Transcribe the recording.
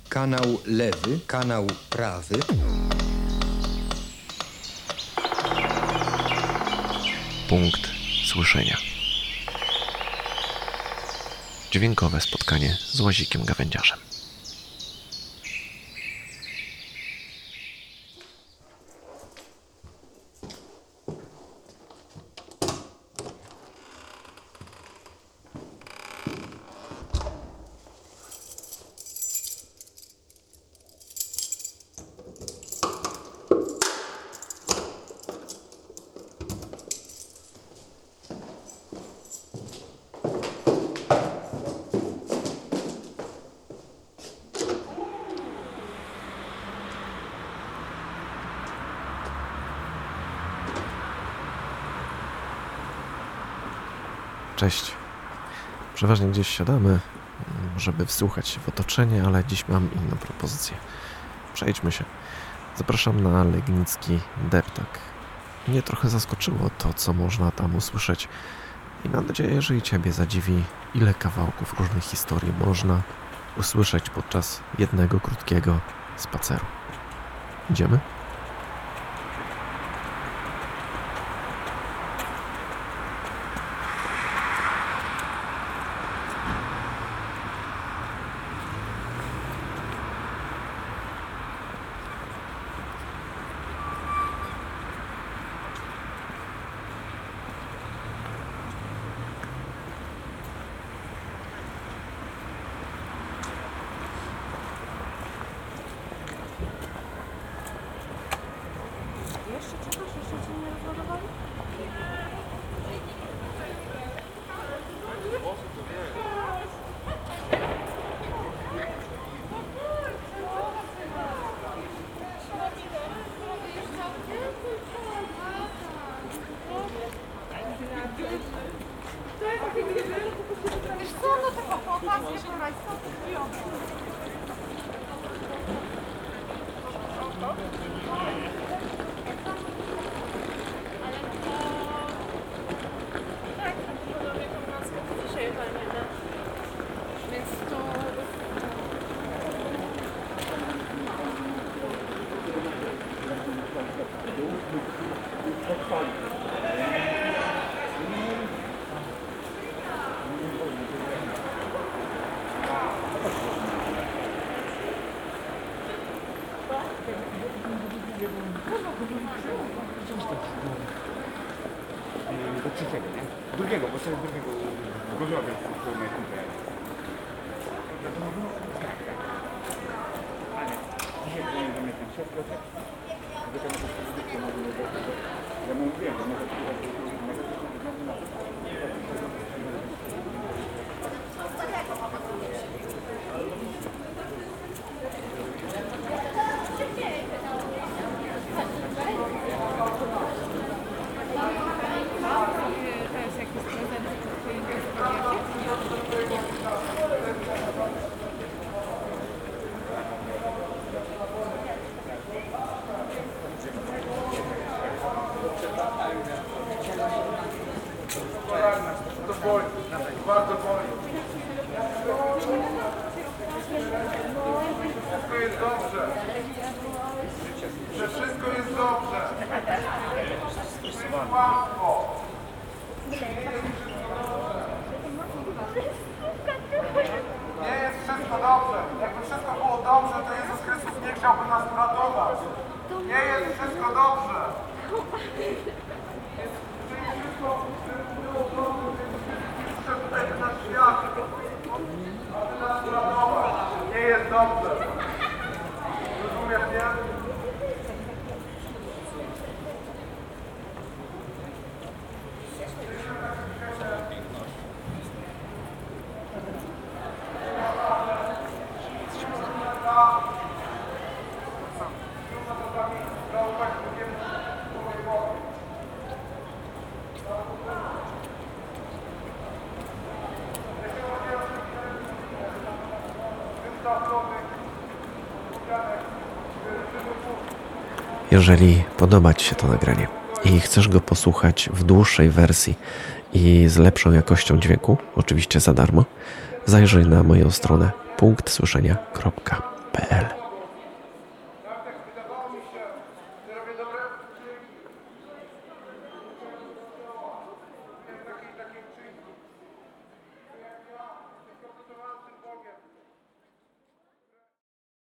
kanał lewy, kanał prawy. Punkt słyszenia. Dźwiękowe spotkanie z Łazikiem Gawędziarzem. Cześć. Przeważnie gdzieś siadamy, żeby wsłuchać się w otoczenie, ale dziś mam inną propozycję. Przejdźmy się. Zapraszam na legnicki deptak. Mnie trochę zaskoczyło to, co można tam usłyszeć. I mam nadzieję, że i Ciebie zadziwi, ile kawałków różnych historii można usłyszeć podczas jednego krótkiego spaceru. Idziemy? Jeszcze cię nie rozładowali? Wiesz co, no tego chłopakie, kurwa, co ty wyjątek? Tak, podobnie kombinację to dzisiaj fajnie, nie? Więc to... Do trzeciego, nie? Drugiego, bo sobie drugiego w Gorzowie w moje kumple. A nie, dzisiaj dzwonię do mnie ten szef, proszę. Ja mu mówiłem, że może To jest jakiś prezent do twojego zgodniacie? to boli, bardzo boli. Wszystko jest dobrze. Że wszystko jest dobrze. Łatwo. Nie jest wszystko dobrze. Jakby wszystko było dobrze, to Jezus Chrystus nie chciałby nas uratować. Nie jest wszystko dobrze. Przyszedł tutaj na świat, aby nas uratować. Nie jest dobrze. Rozumiesz, nie? Jeżeli podoba Ci się to nagranie i chcesz go posłuchać w dłuższej wersji i z lepszą jakością dźwięku, oczywiście za darmo, zajrzyj na moją stronę punktsłyszenia.pl. www.legnicki.pl. Tak wydawało mi się, że robię dobre uczynki.